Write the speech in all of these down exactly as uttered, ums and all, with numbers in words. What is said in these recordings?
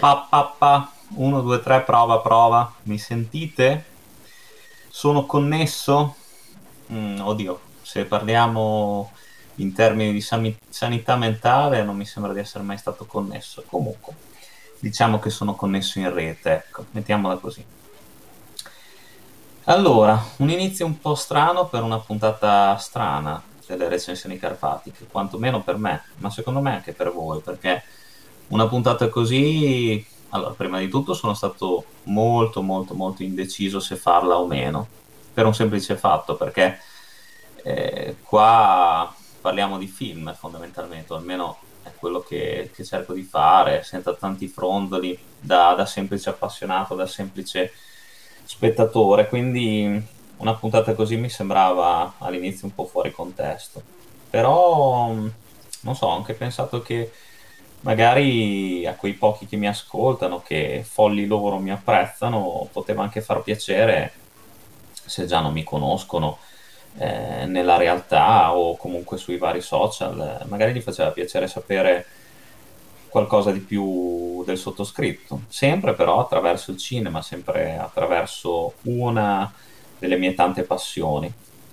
Pa, pa, pa. uno, due, tre, prova, prova. Mi sentite? Sono connesso? Mm, oddio, se parliamo in termini di sami- sanità mentale non mi sembra di essere mai stato connesso. Comunque, diciamo che sono connesso in rete, ecco, mettiamola così. Allora, un inizio un po' strano per una puntata strana delle recensioni carpatiche, quantomeno per me, ma secondo me anche per voi, perché una puntata così, allora, prima di tutto sono stato molto molto molto indeciso se farla o meno, per un semplice fatto, perché eh, qua parliamo di film fondamentalmente, o almeno è quello che, che cerco di fare, senza tanti frondoli, da, da semplice appassionato, da semplice spettatore, quindi una puntata così mi sembrava all'inizio un po' fuori contesto. Però, mh, non so, ho anche pensato che magari a quei pochi che mi ascoltano, che folli loro mi apprezzano, poteva anche far piacere, se già non mi conoscono, eh, nella realtà o comunque sui vari social, eh, magari gli faceva piacere sapere qualcosa di più del sottoscritto, sempre però attraverso il cinema, sempre attraverso una delle mie tante passioni.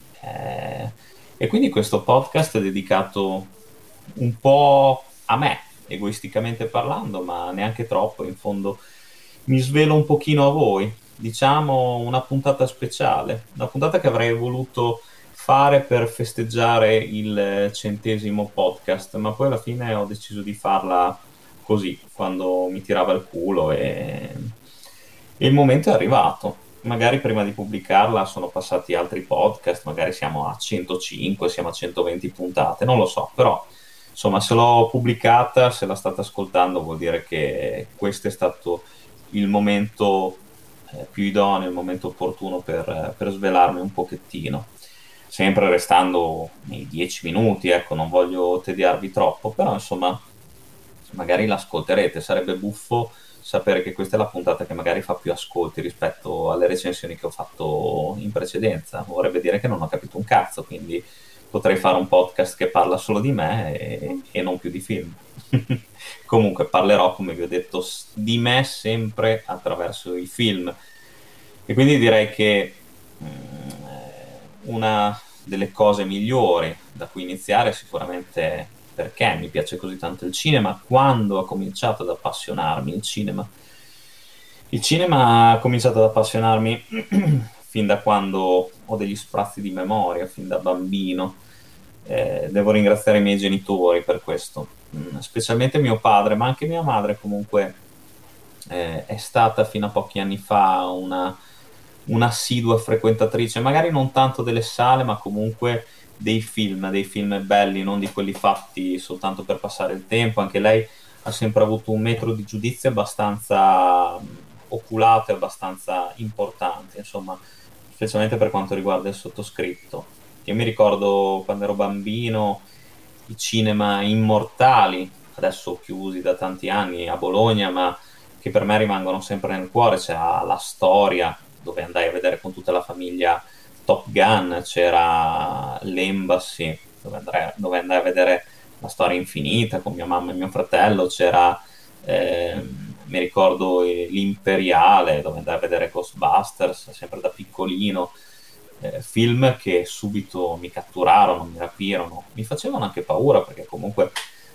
Eh, e quindi questo podcast è dedicato un po' a me, egoisticamente parlando, ma neanche troppo, in fondo mi svelo un pochino a voi. Diciamo una puntata speciale, una puntata che avrei voluto fare per festeggiare il centesimo podcast, ma poi alla fine ho deciso di farla così, quando mi tirava il culo e, e il momento è arrivato. Magari prima di pubblicarla sono passati altri podcast, magari siamo a centocinque, siamo a centoventi puntate, non lo so, però insomma se l'ho pubblicata, se la state ascoltando vuol dire che questo è stato il momento eh, più idoneo, il momento opportuno per, per svelarmi un pochettino, sempre restando nei dieci minuti, ecco, non voglio tediarvi troppo, però insomma magari l'ascolterete, sarebbe buffo sapere che questa è la puntata che magari fa più ascolti rispetto alle recensioni che ho fatto in precedenza, vorrebbe dire che non ho capito un cazzo, quindi potrei fare un podcast che parla solo di me e, e non più di film. Comunque parlerò, come vi ho detto, s- di me sempre attraverso i film. E quindi direi che mm, eh, una delle cose migliori da cui iniziare è sicuramente perché mi piace così tanto il cinema, quando ho cominciato ad appassionarmi il cinema. Il cinema ha cominciato ad appassionarmi fin da quando ho degli sprazzi di memoria, fin da bambino. Eh, devo ringraziare i miei genitori per questo, mm, specialmente mio padre, ma anche mia madre comunque eh, è stata fino a pochi anni fa una, un'assidua frequentatrice, magari non tanto delle sale, ma comunque dei film, dei film belli, non di quelli fatti soltanto per passare il tempo. Anche lei ha sempre avuto un metro di giudizio abbastanza mh, oculato e abbastanza importante, insomma, specialmente per quanto riguarda il sottoscritto. Io mi ricordo quando ero bambino i cinema immortali, adesso chiusi da tanti anni a Bologna, ma che per me rimangono sempre nel cuore. C'era la storia, dove andai a vedere con tutta la famiglia Top Gun, c'era l'Embassy, dove andai, dove andai a vedere la storia infinita con mia mamma e mio fratello, c'era, ehm, mi ricordo, eh, l'Imperiale, dove andai a vedere Ghostbusters, sempre da piccolino. Eh, film che subito mi catturarono, mi rapirono, mi facevano anche paura perché comunque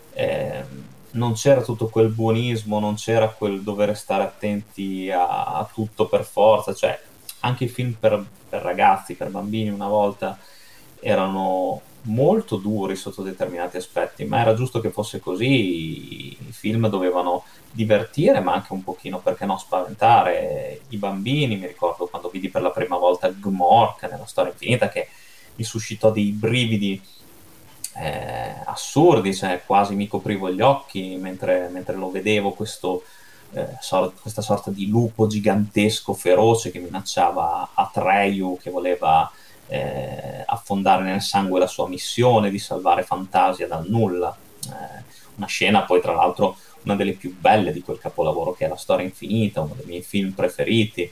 ehm, non c'era tutto quel buonismo, non c'era quel dover stare attenti a, a tutto per forza, cioè anche i film per, per ragazzi, per bambini una volta erano molto duri sotto determinati aspetti, ma era giusto che fosse così, i film dovevano divertire, ma anche un pochino, perché no, spaventare i bambini. Mi ricordo quando vidi per la prima volta Gmork nella storia infinita, che mi suscitò dei brividi eh, assurdi, cioè quasi mi coprivo gli occhi mentre, mentre lo vedevo, questo, eh, sor- questa sorta di lupo gigantesco, feroce, che minacciava Atreyu, che voleva eh, affondare nel sangue la sua missione di salvare Fantasia dal nulla. Eh, una scena poi, tra l'altro, una delle più belle di quel capolavoro che è La storia infinita, uno dei miei film preferiti.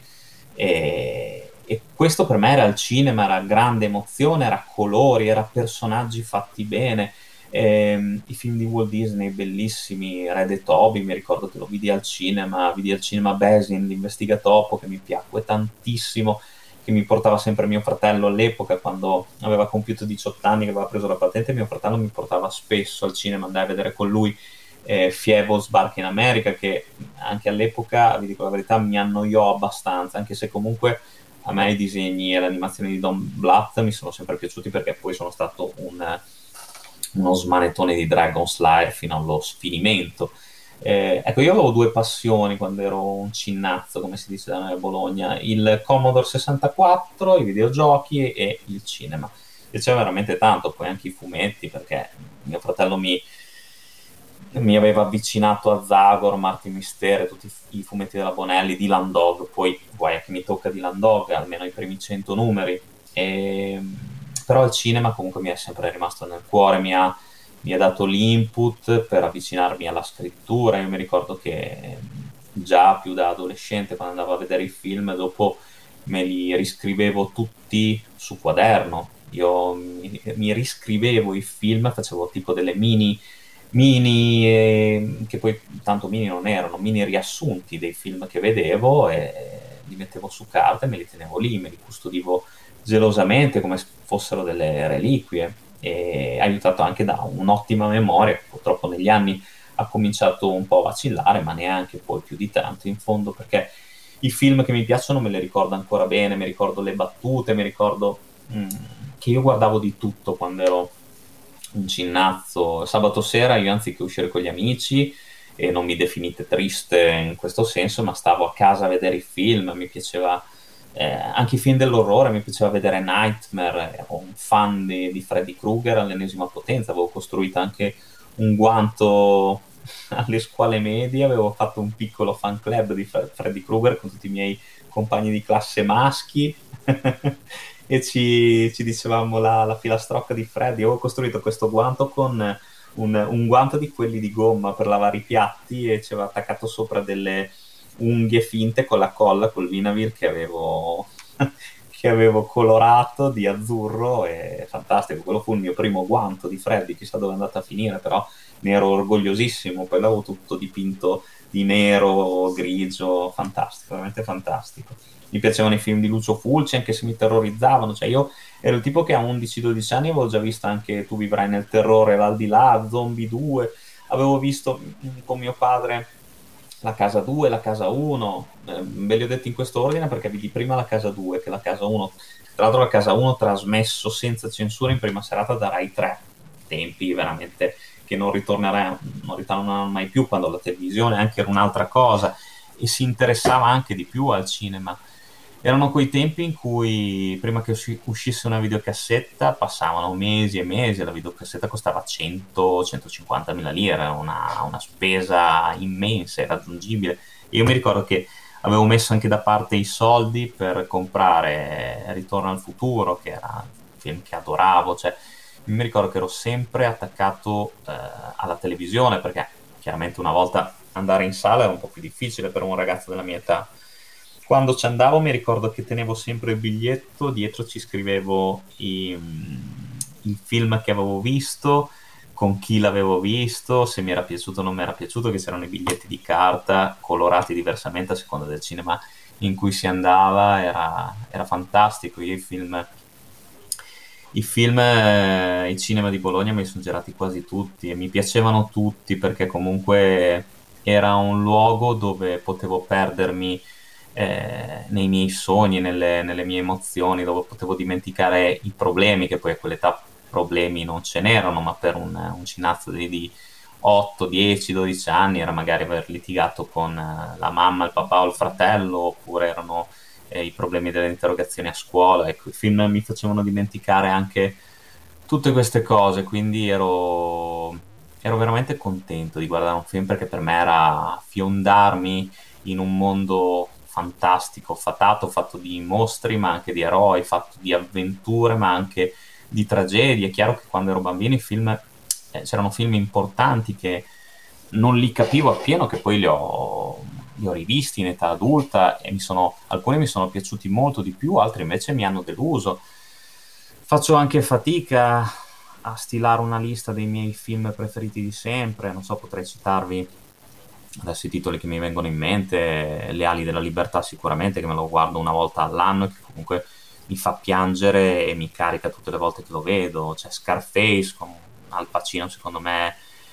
E, e questo per me era il cinema, era grande emozione, era colori, era personaggi fatti bene, Ehm, i film di Walt Disney bellissimi, Red e Toby, mi ricordo che lo vidi al cinema, vidi al cinema Basin, l'investigatopo, che mi piacque tantissimo, che mi portava sempre mio fratello all'epoca, quando aveva compiuto diciotto anni, che aveva preso la patente, mio fratello mi portava spesso al cinema, andai a vedere con lui eh, Fievel Sbarca in America, che anche all'epoca, vi dico la verità, mi annoiò abbastanza, anche se comunque a me i disegni e l'animazione di Don Bluth mi sono sempre piaciuti, perché poi sono stato un, uno smanettone di Dragon Slayer fino allo sfinimento. Eh, ecco, io avevo due passioni quando ero un cinnazzo, come si dice da noi a Bologna: il Commodore sessantaquattro, i videogiochi e il cinema. Mi piaceva veramente tanto, poi anche i fumetti, perché mio fratello mi, mi aveva avvicinato a Zagor, Martin Mistere, tutti i fumetti della Bonelli, Dylan Dog, poi guai a che mi tocca Dylan Dog, almeno i primi cento numeri. E, però il cinema comunque mi è sempre rimasto nel cuore, mi ha, mi ha dato l'input per avvicinarmi alla scrittura. Io mi ricordo che già più da adolescente, quando andavo a vedere i film, dopo me li riscrivevo tutti su quaderno. Io mi, mi riscrivevo i film, facevo tipo delle mini mini, eh, che poi tanto mini non erano, mini riassunti dei film che vedevo, e li mettevo su carta e me li tenevo lì, me li custodivo gelosamente come se fossero delle reliquie, e aiutato anche da un'ottima memoria, che purtroppo negli anni ha cominciato un po' a vacillare, ma neanche poi più di tanto in fondo, perché i film che mi piacciono me li ricordo ancora bene, mi ricordo le battute, mi ricordo mh, che io guardavo di tutto quando ero un cinnazzo. Sabato sera io, anziché uscire con gli amici, e non mi definite triste in questo senso, ma stavo a casa a vedere i film, mi piaceva eh, anche i film dell'orrore, mi piaceva vedere Nightmare, ero un fan di, di Freddy Krueger all'ennesima potenza, avevo costruito anche un guanto alle scuole medie, avevo fatto un piccolo fan club di Fre- Freddy Krueger con tutti i miei compagni di classe maschi e ci, ci dicevamo la, la filastrocca di Freddy. Avevo costruito questo guanto con un, un guanto di quelli di gomma per lavare i piatti, e ci avevo attaccato sopra delle unghie finte con la colla, col Vinavir che avevo che avevo colorato di azzurro. E fantastico, quello fu il mio primo guanto di Freddy, chissà dove è andata a finire, però ne ero orgogliosissimo. Poi l'avevo tutto dipinto di nero, grigio, fantastico, veramente fantastico. Mi piacevano i film di Lucio Fulci, anche se mi terrorizzavano, cioè io ero il tipo che a undici dodici anni avevo già visto anche Tu vivrai nel terrore, L'aldilà, Zombie due, avevo visto mm, con mio padre la casa due, la casa uno, eh, ve li ho detti in questo ordine perché vidi prima la casa due che la casa uno. Tra l'altro la casa uno trasmesso senza censura in prima serata da Rai tre, tempi veramente che non ritorneranno, non ritorneranno mai più, quando la televisione anche era un'altra cosa e si interessava anche di più al cinema. Erano quei tempi in cui prima che usci- uscisse una videocassetta passavano mesi e mesi, e la videocassetta costava cento centocinquanta mila lire, era una, una spesa immensa, irraggiungibile. Io mi ricordo che avevo messo anche da parte i soldi per comprare Ritorno al futuro, che era un film che adoravo, cioè mi ricordo che ero sempre attaccato eh, alla televisione, perché chiaramente una volta andare in sala era un po' più difficile per un ragazzo della mia età. Quando ci andavo mi ricordo che tenevo sempre il biglietto, dietro ci scrivevo i, il film che avevo visto, con chi l'avevo visto, se mi era piaciuto o non mi era piaciuto, che c'erano i biglietti di carta colorati diversamente a seconda del cinema in cui si andava. Era, era fantastico. Io i film, i film, eh, i cinema di Bologna me li sono girati quasi tutti, e mi piacevano tutti, perché comunque era un luogo dove potevo perdermi eh, nei miei sogni, nelle, nelle mie emozioni, dove potevo dimenticare i problemi, che poi a quell'età problemi non ce n'erano, ma per un, un cinazzo di, di otto, dieci, dodici anni era magari aver litigato con eh, la mamma, il papà o il fratello, oppure erano eh, i problemi delle interrogazioni a scuola. Ecco, i film mi facevano dimenticare anche tutte queste cose, quindi ero, ero veramente contento di guardare un film, perché per me era fiondarmi in un mondo fantastico, fatato, fatto di mostri, ma anche di eroi, fatto di avventure, ma anche di tragedie. È chiaro che quando ero bambino i film, eh, c'erano film importanti che non li capivo appieno, che poi li ho, li ho rivisti in età adulta, e mi sono, alcuni mi sono piaciuti molto di più, altri invece mi hanno deluso. Faccio anche fatica a stilare una lista dei miei film preferiti di sempre, non so, potrei citarvi adesso i titoli che mi vengono in mente: Le ali della libertà sicuramente, che me lo guardo una volta all'anno e che comunque mi fa piangere e mi carica tutte le volte che lo vedo. C'è Scarface con Al Pacino, secondo me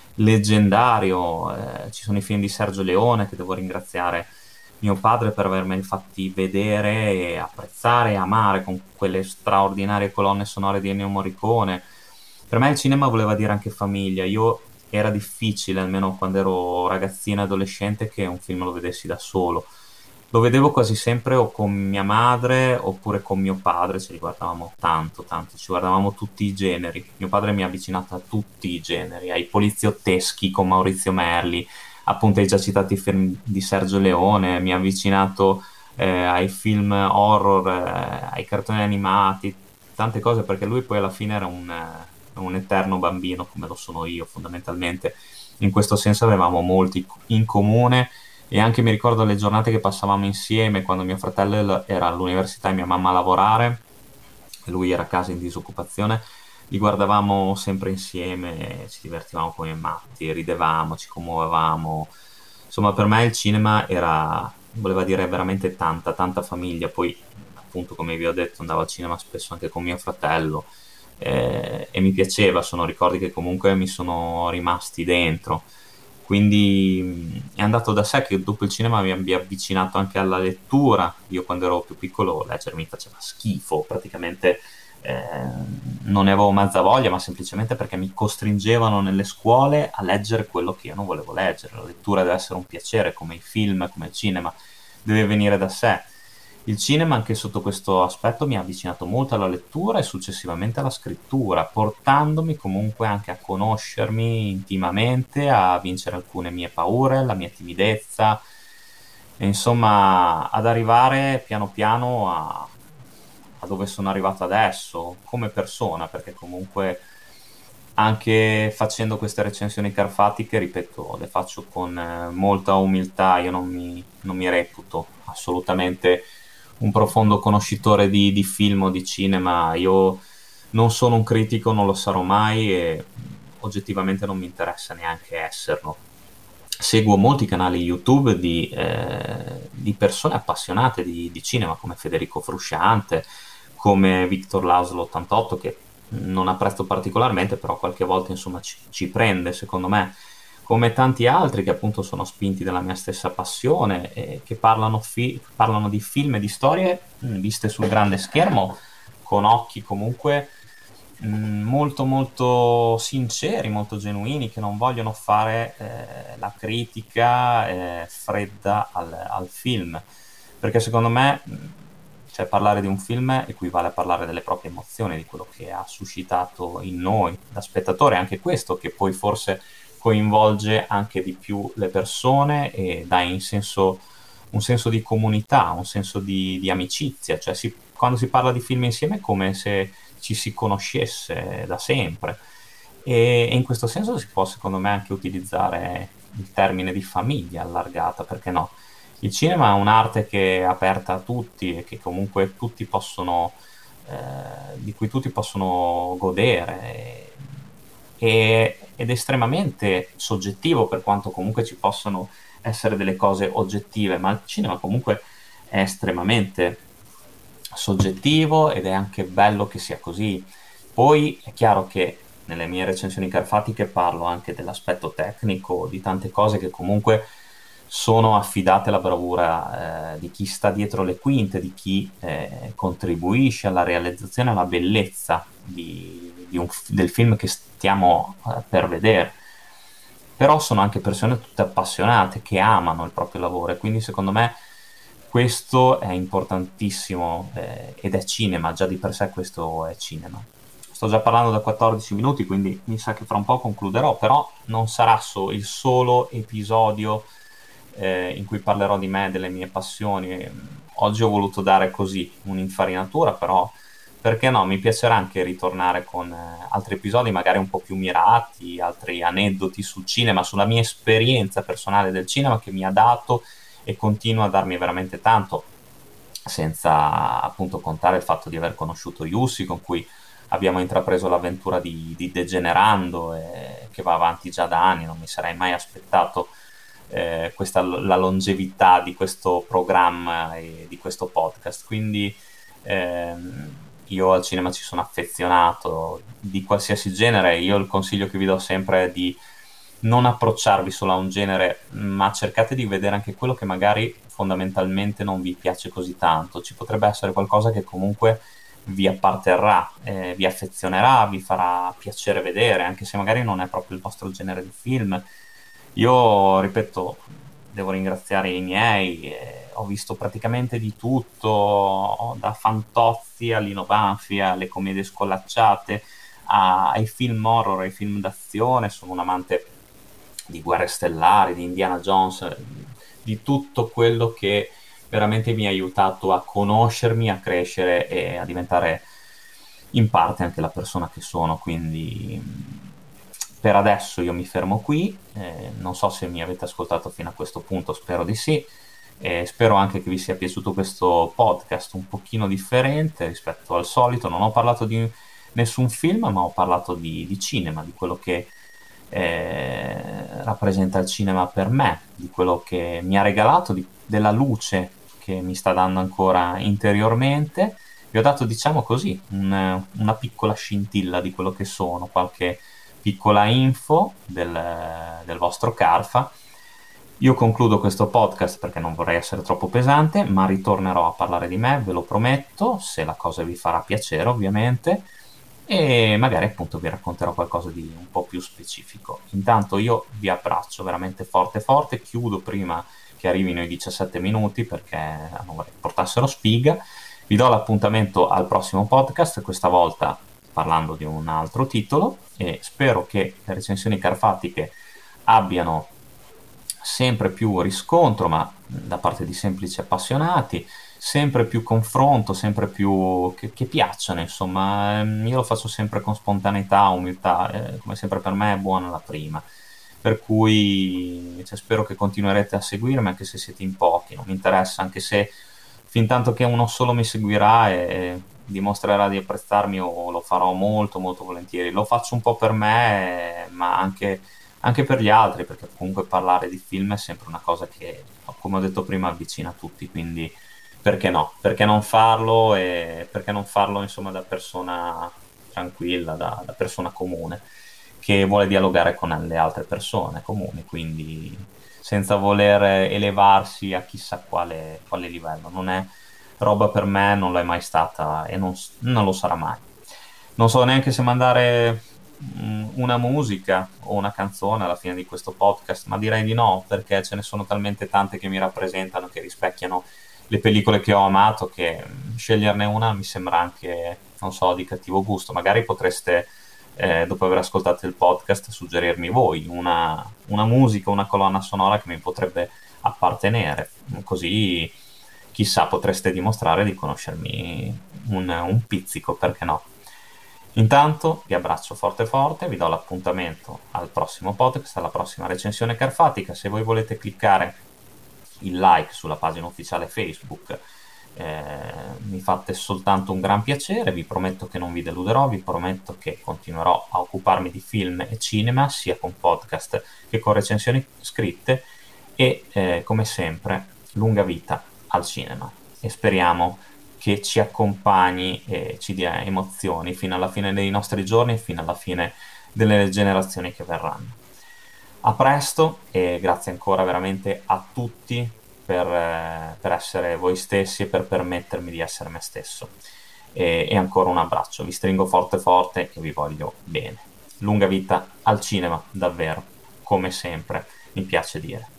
leggendario. Eh, ci sono i film di Sergio Leone, che devo ringraziare mio padre per avermeli fatti vedere e apprezzare e amare, con quelle straordinarie colonne sonore di Ennio Morricone. Per me il cinema voleva dire anche famiglia. Io era difficile, almeno quando ero ragazzino e adolescente, che un film lo vedessi da solo. Lo vedevo quasi sempre o con mia madre oppure con mio padre, ce li guardavamo tanto, tanto, ci guardavamo tutti i generi. Mio padre mi ha avvicinato a tutti i generi, ai poliziotteschi con Maurizio Merli, appunto ai già citati film di Sergio Leone, mi ha avvicinato eh, ai film horror, eh, ai cartoni animati, tante cose, perché lui poi alla fine era un, eh, un eterno bambino, come lo sono io fondamentalmente. In questo senso avevamo molti in comune, e anche mi ricordo le giornate che passavamo insieme quando mio fratello era all'università e mia mamma a lavorare e lui era a casa in disoccupazione. Li guardavamo sempre insieme, ci divertivamo come matti, ridevamo, ci commuovevamo. Insomma, per me il cinema era, voleva dire veramente tanta, tanta famiglia. Poi, appunto, come vi ho detto, andavo al cinema spesso anche con mio fratello, eh, e mi piaceva, sono ricordi che comunque mi sono rimasti dentro. Quindi mh, è andato da sé che dopo il cinema mi abbia avvicinato anche alla lettura. Io quando ero più piccolo leggere mi faceva schifo, praticamente eh, non ne avevo mezza voglia, ma semplicemente perché mi costringevano nelle scuole a leggere quello che io non volevo leggere. La lettura deve essere un piacere, come i film, come il cinema, deve venire da sé. Il cinema, anche sotto questo aspetto, mi ha avvicinato molto alla lettura e successivamente alla scrittura, portandomi comunque anche a conoscermi intimamente, a vincere alcune mie paure, la mia timidezza, e insomma ad arrivare piano piano a, a dove sono arrivato adesso come persona, perché comunque anche facendo queste recensioni carfatiche, ripeto, le faccio con eh, molta umiltà. Io non mi, non mi reputo assolutamente un profondo conoscitore di, di film o di cinema. Io non sono un critico, non lo sarò mai e oggettivamente non mi interessa neanche esserlo. Seguo molti canali YouTube di, eh, di persone appassionate di, di cinema, come Federico Frusciante, come Victor Laszlo ottantotto, che non apprezzo particolarmente, però qualche volta insomma ci, ci prende, secondo me, come tanti altri che appunto sono spinti dalla mia stessa passione e che parlano, fi- parlano di film e di storie mh, viste sul grande schermo con occhi comunque mh, molto molto sinceri, molto genuini, che non vogliono fare eh, la critica eh, fredda al, al film, perché secondo me mh, cioè, parlare di un film equivale a parlare delle proprie emozioni, di quello che ha suscitato in noi da spettatore, anche questo che poi forse coinvolge anche di più le persone e dà in senso, un senso di comunità, un senso di, di amicizia. Cioè si, quando si parla di film insieme è come se ci si conoscesse da sempre, e, e in questo senso si può secondo me anche utilizzare il termine di famiglia allargata, perché no? Il cinema è un'arte che è aperta a tutti e che comunque tutti possono, eh, di cui tutti possono godere, e- ed è estremamente soggettivo, per quanto comunque ci possano essere delle cose oggettive, ma il cinema comunque è estremamente soggettivo ed è anche bello che sia così. Poi è chiaro che nelle mie recensioni carfatiche parlo anche dell'aspetto tecnico, di tante cose che comunque sono affidate alla bravura eh, di chi sta dietro le quinte, di chi eh, contribuisce alla realizzazione, alla bellezza di, di un f- del film che stiamo eh, per vedere. Però sono anche persone tutte appassionate che amano il proprio lavoro, e quindi secondo me questo è importantissimo eh, ed è cinema, già di per sé questo è cinema. Sto già parlando da quattordici minuti, quindi mi sa che fra un po' concluderò, però non sarà so- il solo episodio eh, in cui parlerò di me, delle mie passioni. Oggi ho voluto dare così un'infarinatura, però perché no? Mi piacerà anche ritornare con eh, altri episodi, magari un po' più mirati, altri aneddoti sul cinema, sulla mia esperienza personale del cinema che mi ha dato e continua a darmi veramente tanto, senza appunto contare il fatto di aver conosciuto Yussi, con cui abbiamo intrapreso l'avventura di, di Degenerando, eh, che va avanti già da anni. Non mi sarei mai aspettato eh, questa, la longevità di questo programma e di questo podcast, quindi ehm, io al cinema ci sono affezionato di qualsiasi genere. Io il consiglio che vi do sempre è di non approcciarvi solo a un genere, ma cercate di vedere anche quello che magari fondamentalmente non vi piace così tanto. Ci potrebbe essere qualcosa che comunque vi apparterrà, eh, vi affezionerà, vi farà piacere vedere, anche se magari non è proprio il vostro genere di film. Io, ripeto, devo ringraziare i miei, eh, ho visto praticamente di tutto, da Fantozzi a Lino Banfi, alle commedie scollacciate, a- ai film horror, ai film d'azione. Sono un amante di Guerre Stellari, di Indiana Jones, di tutto quello che veramente mi ha aiutato a conoscermi, a crescere e a diventare in parte anche la persona che sono. Quindi per adesso io mi fermo qui, eh, non so se mi avete ascoltato fino a questo punto, spero di sì. E spero anche che vi sia piaciuto questo podcast un pochino differente rispetto al solito. Non ho parlato di nessun film, ma ho parlato di, di cinema, di quello che eh, rappresenta il cinema per me, di quello che mi ha regalato, di- della luce che mi sta dando ancora interiormente. Vi ho dato, diciamo così, un- una piccola scintilla di quello che sono, qualche piccola info del, del vostro Carfa. Io concludo questo podcast perché non vorrei essere troppo pesante, ma ritornerò a parlare di me, ve lo prometto, se la cosa vi farà piacere ovviamente, e magari appunto vi racconterò qualcosa di un po' più specifico. Intanto io vi abbraccio veramente forte forte, chiudo prima che arrivino i diciassette minuti perché non vorrei portassero sfiga. Vi do l'appuntamento al prossimo podcast, questa volta parlando di un altro titolo, e spero che le recensioni carfatiche abbiano sempre più riscontro, ma da parte di semplici appassionati, sempre più confronto, sempre più che, che piacciono, insomma. Ehm, io lo faccio sempre con spontaneità, umiltà, eh, come sempre per me è buona la prima. Per cui cioè, spero che continuerete a seguirmi anche se siete in pochi, non mi interessa, anche se fin tanto che uno solo mi seguirà e dimostrerà di apprezzarmi, o lo farò molto molto volentieri. Lo faccio un po' per me, eh, ma anche anche per gli altri, perché comunque parlare di film è sempre una cosa che, come ho detto prima, avvicina tutti, quindi perché no? Perché non farlo, e perché non farlo insomma da persona tranquilla, da, da persona comune, che vuole dialogare con le altre persone comuni, quindi senza voler elevarsi a chissà quale, quale livello. Non è roba per me, non lo è mai stata e non, non lo sarà mai. Non so neanche se mandare mm, una musica o una canzone alla fine di questo podcast, ma direi di no, perché ce ne sono talmente tante che mi rappresentano, che rispecchiano le pellicole che ho amato, che mm, sceglierne una mi sembra anche, non so, di cattivo gusto. Magari potreste, eh, dopo aver ascoltato il podcast, suggerirmi voi una, una musica, una colonna sonora che mi potrebbe appartenere, così chissà, potreste dimostrare di conoscermi un, un pizzico, perché no? Intanto vi abbraccio forte forte, vi do l'appuntamento al prossimo podcast, alla prossima recensione carfatica. Se voi volete cliccare il like sulla pagina ufficiale Facebook, eh, mi fate soltanto un gran piacere. Vi prometto che non vi deluderò, vi prometto che continuerò a occuparmi di film e cinema, sia con podcast che con recensioni scritte, e eh, come sempre lunga vita al cinema, e speriamo che ci accompagni e ci dia emozioni fino alla fine dei nostri giorni e fino alla fine delle generazioni che verranno. A presto, e grazie ancora veramente a tutti per, eh, per essere voi stessi e per permettermi di essere me stesso. E, e ancora un abbraccio, vi stringo forte forte e vi voglio bene. Lunga vita al cinema, davvero, come sempre mi piace dire.